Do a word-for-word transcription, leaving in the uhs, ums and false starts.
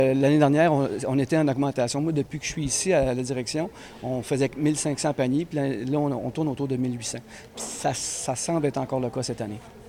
L'année dernière, on, on était en augmentation. Moi, depuis que je suis ici à la direction, on faisait mille cinq cents paniers, puis là, là on, on tourne autour de mille huit cents. Ça, ça semble être encore le cas cette année.